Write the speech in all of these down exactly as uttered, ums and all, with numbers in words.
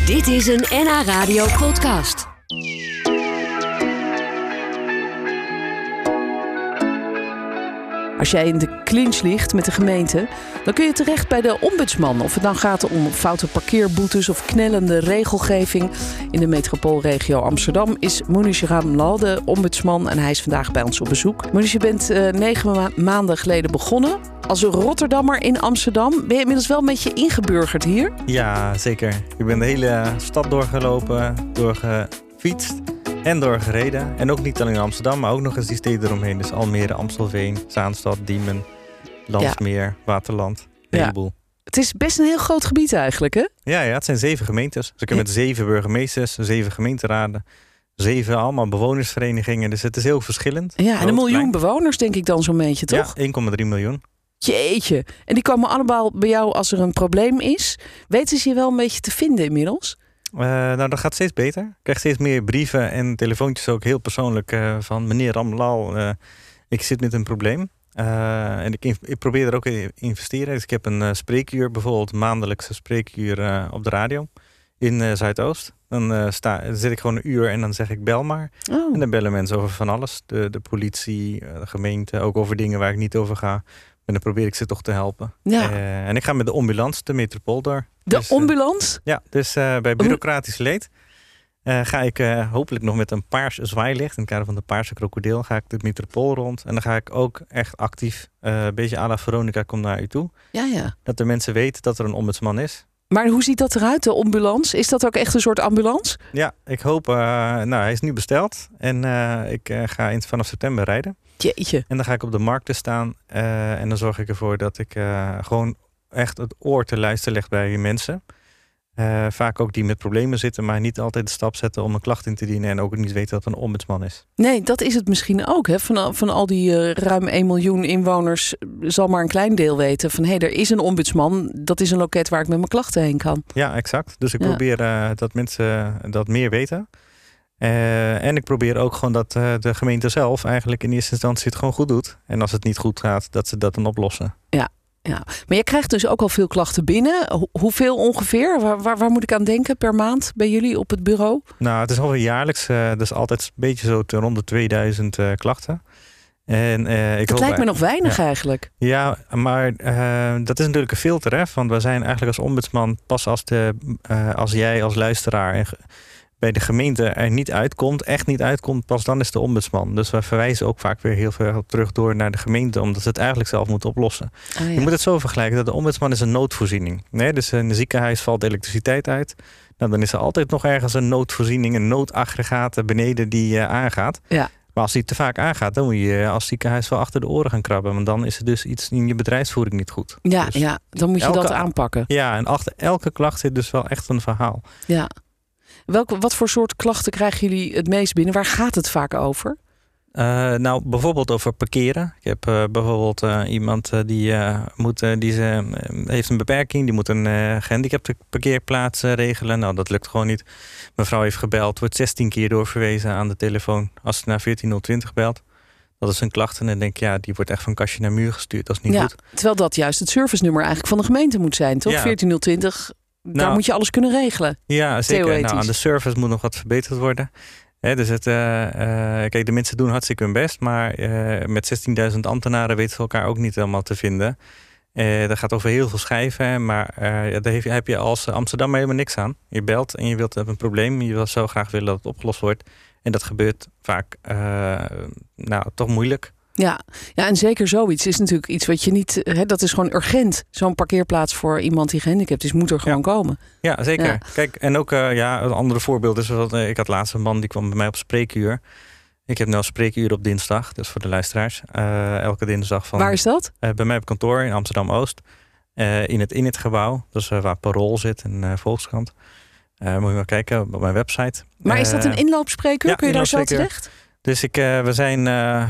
Dit is een N H Radio podcast. Als jij in de clinch ligt met de gemeente, dan kun je terecht bij de ombudsman. Of het dan gaat om foute parkeerboetes of knellende regelgeving. In de metropoolregio Amsterdam is Monish Ramlal de ombudsman en hij is vandaag bij ons op bezoek. Monish, je bent uh, negen ma- maanden geleden begonnen als een Rotterdammer in Amsterdam. Ben je inmiddels wel een beetje ingeburgerd hier? Ja, zeker. Ik ben de hele stad doorgelopen, doorgefietst en doorgereden. En ook niet alleen in Amsterdam, maar ook nog eens die steden eromheen. Dus Almere, Amstelveen, Zaanstad, Diemen, Landsmeer, ja. Waterland. Een heleboel. Ja. Het is best een heel groot gebied eigenlijk, hè? Ja, ja, het zijn zeven gemeentes. Dus ik heb ja. met zeven burgemeesters, zeven gemeenteraden, zeven allemaal bewonersverenigingen. Dus het is heel verschillend. Ja, groot, en een miljoen klein. bewoners denk ik dan zo'n beetje, toch? Ja, één komma drie miljoen. Jeetje. En die komen allemaal bij jou als er een probleem is. Weten ze je wel een beetje te vinden inmiddels? Uh, nou, dat gaat steeds beter. Ik krijg steeds meer brieven en telefoontjes ook heel persoonlijk uh, van meneer Ramlal, uh, ik zit met een probleem. Uh, en ik, ik probeer er ook in te investeren. Dus ik heb een uh, spreekuur, bijvoorbeeld een maandelijkse spreekuur uh, op de radio in uh, Zuidoost. Dan, uh, sta, dan zit ik gewoon een uur en dan zeg ik bel maar. Oh. En dan bellen mensen over van alles. De, de politie, de gemeente, ook over dingen waar ik niet over ga. En dan probeer ik ze toch te helpen. Ja. Uh, en ik ga met de ambulance de metropool door. De dus, ambulance? Uh, ja, dus uh, bij bureaucratisch leed uh, ga ik uh, hopelijk nog met een paars zwaailicht, in het kader van de paarse krokodil, ga ik de metropool rond. En dan ga ik ook echt actief, uh, een beetje à la Veronica, kom naar u toe. Ja, ja. Dat de mensen weten dat er een ombudsman is. Maar hoe ziet dat eruit, de ambulance? Is dat ook echt een soort ambulance? Ja, ik hoop, uh, nou hij is nu besteld. En uh, ik uh, ga in, vanaf september rijden. Jeetje. En dan ga ik op de markten staan. Uh, en dan zorg ik ervoor dat ik uh, gewoon echt het oor te luisteren leg bij mensen. Uh, vaak ook die met problemen zitten, maar niet altijd de stap zetten om een klacht in te dienen. En ook niet weten dat het een ombudsman is. Nee, dat is het misschien ook. Hè? Van, van al die uh, ruim één miljoen inwoners zal maar een klein deel weten van hé, hey, er is een ombudsman. Dat is een loket waar ik met mijn klachten heen kan. Ja, exact. Dus ik ja. probeer uh, dat mensen dat meer weten. Uh, en ik probeer ook gewoon dat uh, de gemeente zelf eigenlijk in eerste instantie het gewoon goed doet. En als het niet goed gaat, dat ze dat dan oplossen. Ja, ja. Maar je krijgt dus ook al veel klachten binnen. Ho- hoeveel ongeveer? Waar, waar, waar moet ik aan denken per maand bij jullie op het bureau? Nou, het is alweer jaarlijks. Uh, dus altijd een beetje zo te rond de tweeduizend uh, klachten. En, uh, ik dat hoop, lijkt me nog weinig ja. eigenlijk. Ja, maar uh, dat is natuurlijk een filter. Hè? Want we zijn eigenlijk als ombudsman pas als, de, uh, als jij als luisteraar en bij de gemeente er niet uitkomt, echt niet uitkomt, pas dan is de ombudsman. Dus we verwijzen ook vaak weer heel veel terug door naar de gemeente, omdat ze het eigenlijk zelf moeten oplossen. Ah, ja. Je moet het zo vergelijken, dat de ombudsman is een noodvoorziening. Nee, dus in een ziekenhuis valt elektriciteit uit. Nou, dan is er altijd nog ergens een noodvoorziening, een noodaggregaat beneden die uh, aangaat. Ja. Maar als die te vaak aangaat, dan moet je als ziekenhuis wel achter de oren gaan krabben. Want dan is er dus iets in je bedrijfsvoering niet goed. Ja, dus ja dan moet je elke, dat aanpakken. Ja, en achter elke klacht zit dus wel echt een verhaal. Ja. Welke, wat voor soort klachten krijgen jullie het meest binnen? Waar gaat het vaak over? Uh, nou, bijvoorbeeld over parkeren. Ik heb uh, bijvoorbeeld uh, iemand uh, die, uh, moet, uh, die uh, heeft een beperking. Die moet een uh, gehandicapte parkeerplaats uh, regelen. Nou, dat lukt gewoon niet. Mevrouw heeft gebeld. Wordt zestien keer doorverwezen aan de telefoon. Als ze naar veertien nul twintig belt. Dat is een klacht. En dan denk ik, ja, die wordt echt van kastje naar muur gestuurd. Dat is niet ja, goed. Terwijl dat juist het servicenummer eigenlijk van de gemeente moet zijn, toch? Ja. veertien nul twintig, daar nou, moet je alles kunnen regelen. Ja, zeker. Nou, aan de service moet nog wat verbeterd worden. He, dus het, uh, uh, kijk, de mensen doen hartstikke hun best, maar uh, met zestienduizend ambtenaren weten ze elkaar ook niet helemaal te vinden. Uh, dat gaat over heel veel schijven, maar uh, daar heb je, heb je als Amsterdam helemaal niks aan. Je belt en je wilt hebben een probleem, je wil zo graag willen dat het opgelost wordt. En dat gebeurt vaak uh, nou, toch moeilijk. Ja. ja, en zeker zoiets is natuurlijk iets wat je niet... Hè, dat is gewoon urgent. Zo'n parkeerplaats voor iemand die gehandicapt is, moet er gewoon ja. komen. Ja, zeker. Ja. Kijk, en ook uh, ja, een andere voorbeeld is... Dat, uh, ik had laatst een man, die kwam bij mij op spreekuur. Ik heb nu spreekuur op dinsdag, dus voor de luisteraars. Uh, elke dinsdag van... Waar is dat? Uh, bij mij op kantoor in Amsterdam-Oost. Uh, in het in het gebouw. Dus uh, waar Parool zit en uh, Volkskrant. Uh, moet je maar kijken op mijn website. Maar uh, is dat een inloopspreekuur? Ja, kun je daar zo terecht? Dus ik, uh, we zijn uh,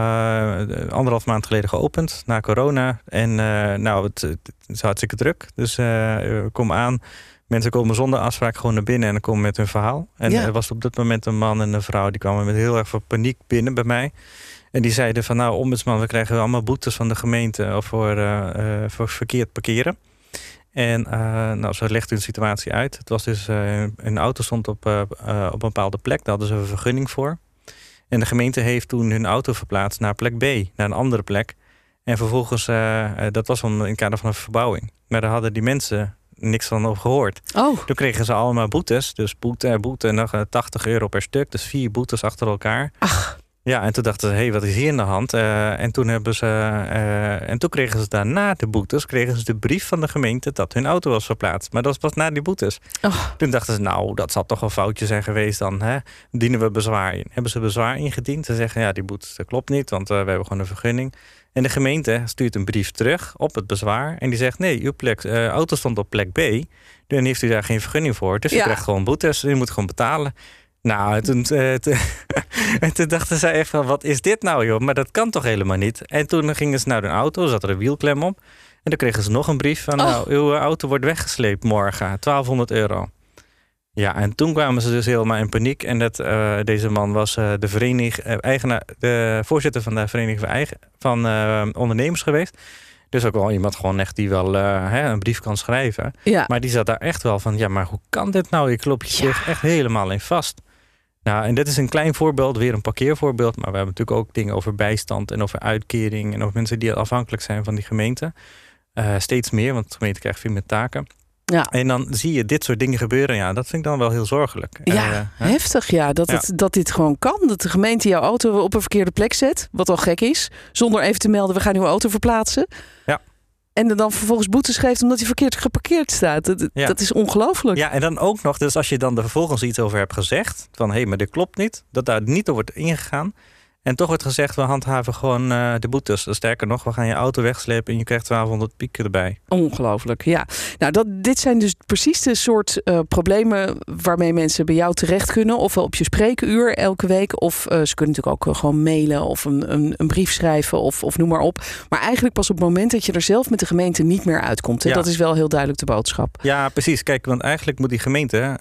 uh, anderhalf maand geleden geopend na corona. En uh, nou, het, het is hartstikke druk. Dus uh, kom aan. Mensen komen zonder afspraak gewoon naar binnen en dan komen met hun verhaal. En ja. er was op dat moment een man en een vrouw die kwamen met heel erg veel paniek binnen bij mij. En die zeiden van nou, ombudsman, we krijgen allemaal boetes van de gemeente voor, uh, uh, voor verkeerd parkeren. En uh, nou, zo legt u een situatie uit. Het was dus, uh, een auto stond op, uh, uh, op een bepaalde plek. Daar hadden ze een vergunning voor. En de gemeente heeft toen hun auto verplaatst naar plek B, naar een andere plek. En vervolgens, uh, uh, dat was in het kader van een verbouwing. Maar daar hadden die mensen niks van over gehoord. Oh. Toen kregen ze allemaal boetes. Dus boete en boete en nog tachtig euro per stuk. Dus vier boetes achter elkaar. Ach. Ja, en toen dachten ze, hé, hey, wat is hier in de hand? Uh, en, toen hebben ze, uh, en toen kregen ze daarna de boetes, kregen ze de brief van de gemeente dat hun auto was verplaatst. Maar dat was pas na die boetes. Oh. Toen dachten ze, nou, dat zal toch een foutje zijn geweest dan. Hè? Dienen we bezwaar in? Hebben ze bezwaar ingediend? Ze zeggen, ja, die boetes, dat klopt niet, want uh, we hebben gewoon een vergunning. En de gemeente stuurt een brief terug op het bezwaar. En die zegt, nee, uw plek, uh, auto stond op plek B. Dan heeft u daar geen vergunning voor. Dus u ja. krijgt gewoon boetes. U moet gewoon betalen. Nou, toen, uh, toen, en toen dachten zij echt van, wat is dit nou, joh? Maar dat kan toch helemaal niet? En toen gingen ze naar hun auto, zat er een wielklem op. En toen kregen ze nog een brief van, oh. nou, uw auto wordt weggesleept morgen. twaalfhonderd euro. Ja, en toen kwamen ze dus helemaal in paniek. En dat, uh, deze man was uh, de, verenig, uh, eigenaar, de voorzitter van de Vereniging van, eigen, van uh, Ondernemers geweest. Dus ook wel iemand gewoon echt die wel uh, hè, een brief kan schrijven. Ja. Maar die zat daar echt wel van, ja, maar hoe kan dit nou? Ik loop je ja. echt helemaal in vast. Nou, en dit is een klein voorbeeld, weer een parkeervoorbeeld. Maar we hebben natuurlijk ook dingen over bijstand en over uitkering. En over mensen die afhankelijk zijn van die gemeente. Uh, steeds meer, want de gemeente krijgt veel meer taken. Ja. En dan zie je dit soort dingen gebeuren. Ja, dat vind ik dan wel heel zorgelijk. Ja, uh, heftig ja. Dat, het, ja. dat dit gewoon kan. Dat de gemeente jouw auto op een verkeerde plek zet. Wat al gek is. Zonder even te melden, we gaan uw auto verplaatsen. Ja. En er dan vervolgens boetes geeft omdat hij verkeerd geparkeerd staat. Dat, ja. dat is ongelooflijk. Ja, en dan ook nog, dus als je dan er vervolgens iets over hebt gezegd. Van, hé, hey, maar dit klopt niet. Dat daar niet door wordt ingegaan. En toch wordt gezegd, we handhaven gewoon uh, de boetes. Sterker nog, we gaan je auto wegslepen en je krijgt twaalfhonderd pieken erbij. Ongelooflijk, ja. Nou, dat, dit zijn dus precies de soort uh, problemen waarmee mensen bij jou terecht kunnen. Ofwel op je spreekuur elke week. Of uh, ze kunnen natuurlijk ook uh, gewoon mailen of een, een, een brief schrijven of, of noem maar op. Maar eigenlijk pas op het moment dat je er zelf met de gemeente niet meer uitkomt. Hè? Ja. Dat is wel heel duidelijk de boodschap. Ja, precies. Kijk, want eigenlijk moet die gemeente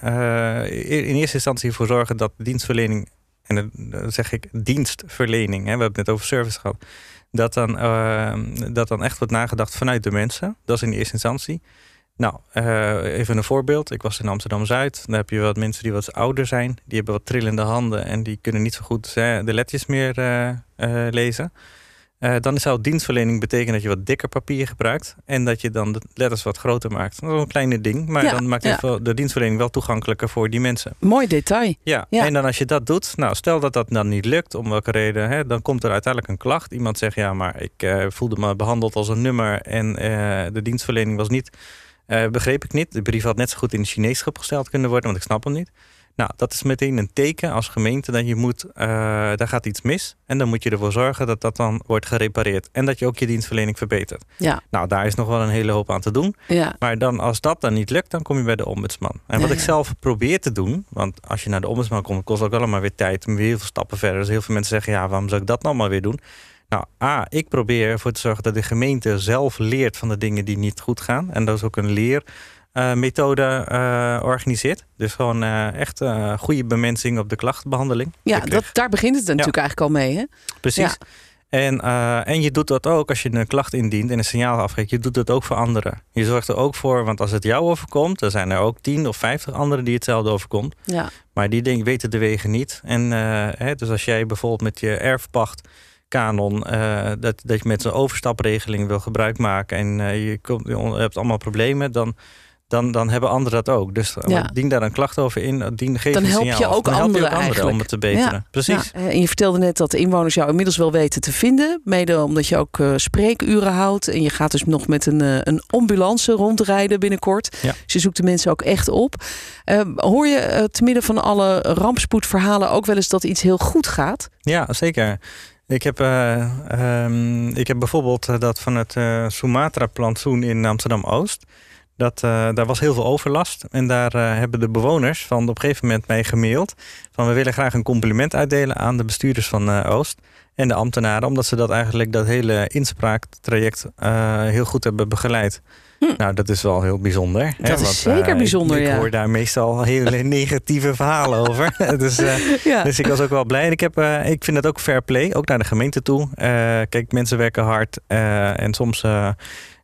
uh, in eerste instantie ervoor zorgen dat de dienstverlening... En dan zeg ik dienstverlening. Hè? We hebben het net over service gehad. Dat dan, uh, dat dan echt wordt nagedacht vanuit de mensen. Dat is in de eerste instantie. Nou, uh, even een voorbeeld. Ik was in Amsterdam-Zuid. Daar heb je wat mensen die wat ouder zijn. Die hebben wat trillende handen. En die kunnen niet zo goed uh, de letjes meer uh, uh, lezen. Uh, dan zou dienstverlening betekenen dat je wat dikker papier gebruikt. En dat je dan de letters wat groter maakt. Dat is een kleine ding. Maar ja, dan maakt ja. de dienstverlening wel toegankelijker voor die mensen. Mooi detail. Ja. ja, en dan als je dat doet. Nou, stel dat dat dan niet lukt. Om welke reden. Hè, dan komt er uiteindelijk een klacht. Iemand zegt, ja, maar ik uh, voelde me behandeld als een nummer. En uh, de dienstverlening was niet... Uh, begreep ik niet. De brief had net zo goed in het Chinees opgesteld kunnen worden. Want ik snap hem niet. Nou, dat is meteen een teken als gemeente dat je moet, uh, daar gaat iets mis. En dan moet je ervoor zorgen dat dat dan wordt gerepareerd. En dat je ook je dienstverlening verbetert. Ja. Nou, daar is nog wel een hele hoop aan te doen. Ja. Maar dan, als dat dan niet lukt, dan kom je bij de ombudsman. En wat ja, ik ja. zelf probeer te doen, want als je naar de ombudsman komt, kost ook allemaal weer tijd. En weer heel veel stappen verder. Dus heel veel mensen zeggen, ja, waarom zou ik dat nou maar weer doen? Nou, A, ik probeer ervoor te zorgen dat de gemeente zelf leert van de dingen die niet goed gaan. En dat is ook een leer... Uh, methode uh, organiseert. Dus gewoon uh, echt uh, goede bemensing op de klachtenbehandeling. Ja, dat, daar begint het natuurlijk ja. eigenlijk al mee. Hè? Precies. Ja. En, uh, en je doet dat ook als je een klacht indient en een signaal afgeeft. Je doet dat ook voor anderen. Je zorgt er ook voor, want als het jou overkomt... dan zijn er ook tien of vijftig anderen die hetzelfde overkomt. Ja. Maar die denk, weten de wegen niet. En uh, hè, dus als jij bijvoorbeeld met je erfpacht... kanon, uh, dat, dat je met zo'n overstapregeling wil gebruik maken... en uh, je, komt, je hebt allemaal problemen... dan Dan, dan hebben anderen dat ook. Dus ja. dien daar een klacht over in. Dien, geef dan help je signaal. ook dan anderen, help je ook eigenlijk. om het te beteren. Ja. Precies. Ja. En je vertelde net dat de inwoners jou inmiddels wel weten te vinden. Mede omdat je ook uh, spreekuren houdt. En je gaat dus nog met een, uh, een ambulance rondrijden binnenkort. Ja. Dus je zoekt de mensen ook echt op. Uh, hoor je uh, te midden van alle rampspoedverhalen ook wel eens dat iets heel goed gaat? Ja, zeker. Ik heb, uh, um, ik heb bijvoorbeeld dat van het uh, Sumatra-plantsoen in Amsterdam-Oost... Dat, uh, daar was heel veel overlast. En daar uh, hebben de bewoners van op een gegeven moment mij gemaild... van we willen graag een compliment uitdelen aan de bestuurders van uh, Oost... en de ambtenaren, omdat ze dat eigenlijk dat hele inspraaktraject uh, heel goed hebben begeleid. Hm. Nou, dat is wel heel bijzonder. Dat hè? is Want, zeker uh, bijzonder, ik, ik ja. Ik hoor daar meestal hele negatieve verhalen over. dus, uh, ja. dus ik was ook wel blij. En ik, heb, uh, ik vind het ook fair play, ook naar de gemeente toe. Uh, kijk, mensen werken hard uh, en soms... Uh,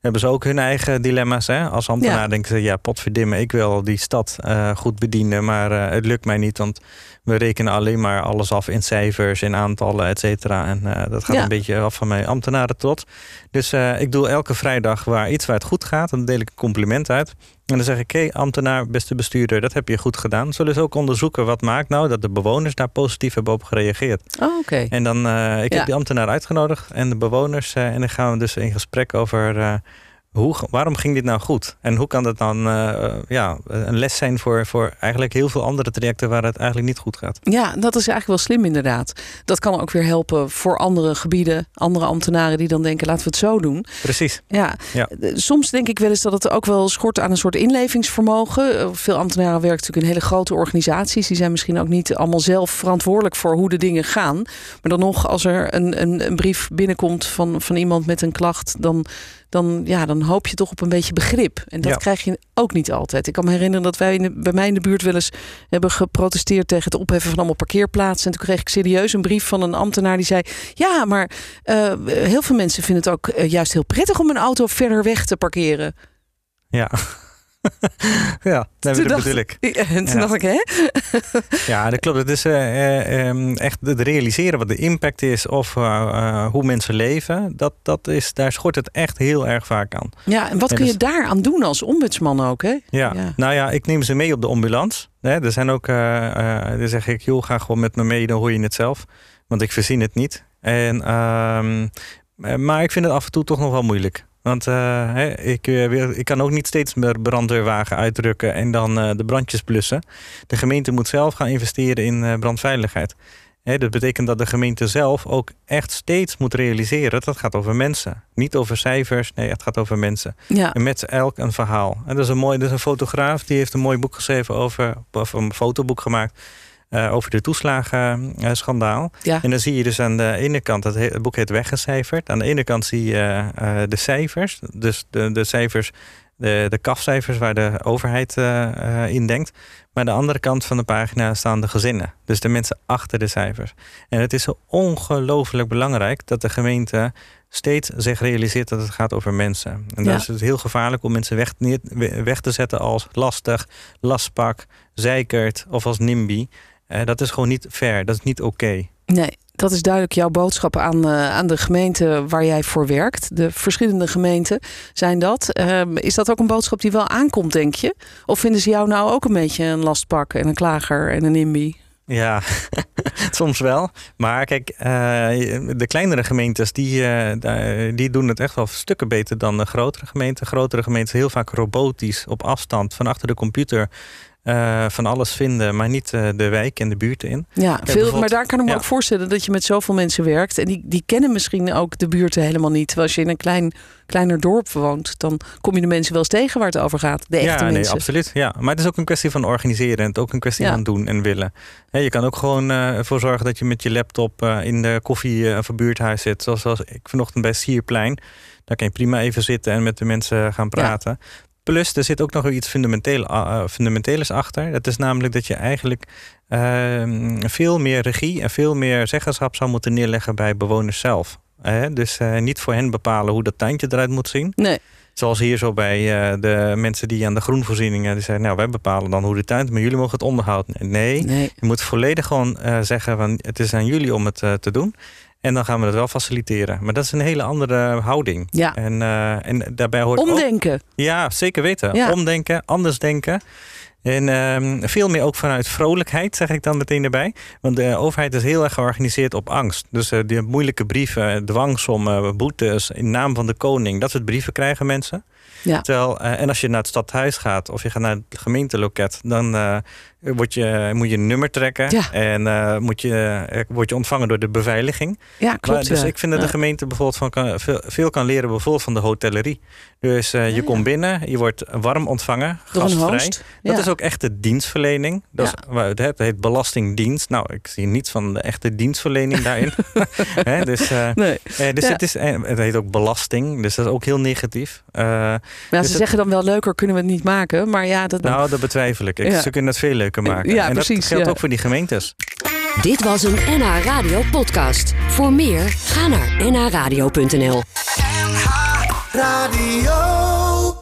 hebben ze ook hun eigen dilemma's. Hè? Als ambtenaar Ja. denken ze, ja, potverdimme, ik wil die stad uh, goed bedienen, maar uh, het lukt mij niet, want we rekenen alleen maar alles af in cijfers, in aantallen, et cetera. En uh, dat gaat ja. een beetje af van mijn ambtenarentrots. Dus uh, ik doe elke vrijdag waar iets waar het goed gaat, dan deel ik een compliment uit. En dan zeg ik, hé, hey, ambtenaar, beste bestuurder, dat heb je goed gedaan. Zullen ze ook onderzoeken wat maakt nou dat de bewoners daar positief hebben op gereageerd. Oh, oké. Okay. En dan, uh, ik ja. heb die ambtenaar uitgenodigd en de bewoners. Uh, en dan gaan we dus in gesprek over uh, hoe, waarom ging dit nou goed? En hoe kan dat dan uh, ja, een les zijn voor, voor eigenlijk heel veel andere trajecten waar het eigenlijk niet goed gaat. Ja, dat is eigenlijk wel slim inderdaad. Dat kan ook weer helpen voor andere gebieden, andere ambtenaren die dan denken, laten we het zo doen. Precies. Ja. ja. Soms denk ik wel eens dat het ook wel schort aan een soort inlevingsvermogen. Veel ambtenaren werken natuurlijk in hele grote organisaties. Die zijn misschien ook niet allemaal zelf verantwoordelijk voor hoe de dingen gaan. Maar dan nog, als er een, een, een brief binnenkomt van, van iemand met een klacht, dan... Dan, ja, dan hoop je toch op een beetje begrip. En dat ja. krijg je ook niet altijd. Ik kan me herinneren dat wij in de, bij mij in de buurt wel eens hebben geprotesteerd tegen het opheffen van allemaal parkeerplaatsen. En toen kreeg ik serieus een brief van een ambtenaar die zei, ja, maar uh, heel veel mensen vinden het ook uh, juist heel prettig om een auto verder weg te parkeren. Ja. Ja, dat bedoel ik. En toen ja. dacht ik, hè? Ja, dat klopt. Het is uh, um, echt het realiseren wat de impact is of uh, uh, hoe mensen leven. Dat, dat is, daar schort het echt heel erg vaak aan. Ja, en wat en kun dus, je daaraan doen als ombudsman ook, hè? Ja, ja, nou ja, ik neem ze mee op de ambulance. Hè, er zijn ook, uh, uh, dan zeg ik, joh, ga gewoon met me mee, dan hoor je het zelf. Want ik verzin het niet. En, uh, maar ik vind het af en toe toch nog wel moeilijk. Want uh, ik, ik kan ook niet steeds meer brandweerwagen uitdrukken en dan uh, de brandjes blussen. De gemeente moet zelf gaan investeren in uh, brandveiligheid. He, dat betekent dat de gemeente zelf ook echt steeds moet realiseren dat het gaat over mensen. Niet over cijfers, nee, het gaat over mensen. Ja. En met elk een verhaal. En dat is een mooi, dat is een fotograaf die heeft een mooi boek geschreven over, of een fotoboek gemaakt. Uh, over de toeslagenschandaal. Ja. En dan zie je dus aan de ene kant, dat het boek heet Weggecijferd. Aan de ene kant zie je uh, de cijfers. Dus de, de cijfers, de, de kafcijfers waar de overheid uh, uh, in denkt. Maar aan de andere kant van de pagina staan de gezinnen. Dus de mensen achter de cijfers. En het is zo ongelooflijk belangrijk dat de gemeente steeds zich realiseert dat het gaat over mensen. En dan ja. is het heel gevaarlijk om mensen weg, weg te zetten als lastig, lastpak, zeikert of als nimby. Uh, dat is gewoon niet fair, dat is niet oké. Okay. Nee, dat is duidelijk jouw boodschap aan, uh, aan de gemeente waar jij voor werkt. De verschillende gemeenten zijn dat. Uh, is dat ook een boodschap die wel aankomt, denk je? Of vinden ze jou nou ook een beetje een lastpak en een klager en een nimby? Ja, soms wel. Maar kijk, uh, de kleinere gemeentes die, uh, die doen het echt wel stukken beter dan de grotere gemeenten. Grotere gemeenten heel vaak robotisch op afstand van achter de computer. Uh, van alles vinden, maar niet uh, de wijk en de buurten in. Ja, veel, bijvoorbeeld... maar daar kan ik me ja. ook voorstellen dat je met zoveel mensen werkt. En die, die kennen misschien ook de buurten helemaal niet. Terwijl als je in een klein, kleiner dorp woont, dan kom je de mensen wel eens tegen waar het over gaat. De echte ja, mensen. Nee, absoluut. Ja. Maar het is ook een kwestie van organiseren. En het is ook een kwestie ja. van doen en willen. He, je kan ook gewoon uh, ervoor zorgen dat je met je laptop uh, in de koffie uh, of een buurthuis zit. Zoals, zoals ik vanochtend bij Sierplein. Daar kan je prima even zitten en met de mensen gaan praten. Ja. Plus, er zit ook nog iets fundamenteel, uh, fundamenteels achter. Dat is namelijk dat je eigenlijk uh, veel meer regie en veel meer zeggenschap zou moeten neerleggen bij bewoners zelf. Uh, dus uh, niet voor hen bepalen hoe dat tuintje eruit moet zien. Nee. Zoals hier zo bij uh, de mensen die aan de groenvoorzieningen die zeggen, nou, wij bepalen dan hoe de tuin, maar jullie mogen het onderhoud. Nee, nee. Je moet volledig gewoon uh, zeggen, van, het is aan jullie om het uh, te doen. En dan gaan we dat wel faciliteren. Maar dat is een hele andere houding. Ja. En, uh, en daarbij hoort Omdenken. Ook, ja, zeker weten. Ja. Omdenken, anders denken. En um, veel meer ook vanuit vrolijkheid, zeg ik dan meteen erbij. Want de overheid is heel erg georganiseerd op angst. Dus uh, die moeilijke brieven, dwangsommen, boetes in naam van de koning. Dat soort brieven krijgen mensen. Ja. Terwijl, uh, en als je naar het stadhuis gaat of je gaat naar het gemeenteloket, dan uh, word je, moet je een nummer trekken. Ja. En uh, moet je, uh, word je ontvangen door de beveiliging. Ja, klopt. Maar, dus ja. ik vind dat ja. de gemeente bijvoorbeeld van kan, veel, veel kan leren bijvoorbeeld van de hotellerie. Dus uh, je ja, komt ja. binnen, je wordt warm ontvangen, door gastvrij. Dat ja. is ook echte dienstverlening. Dat ja. is, het heet belastingdienst. Nou, ik zie niets van de echte dienstverlening daarin. He, dus uh, nee. eh, dus ja. het, is, het heet ook belasting, dus dat is ook heel negatief. Uh, ja, dus ze zeggen dan wel leuker kunnen we het niet maken, maar ja, dat. Nou, dat betwijfel ik. ik ja. Ze kunnen het veel leuker maken. Ja, en precies, dat geldt ja. ook voor die gemeentes. Dit was een N H Radio podcast. Voor meer, ga naar n h radio punt n l. Radio